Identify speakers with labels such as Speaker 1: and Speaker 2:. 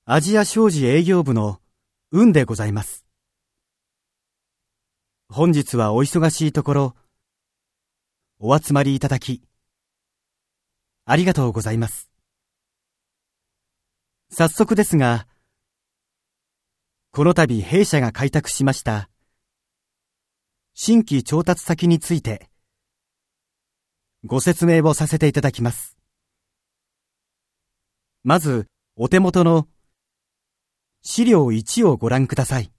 Speaker 1: アジア商事営業部の運でございます。本日はお忙しいところ、お集まりいただき、ありがとうございます。早速ですが、この度弊社が開拓しました新規調達先についてご説明をさせていただきます。まず、お手元の資料1をご覧ください。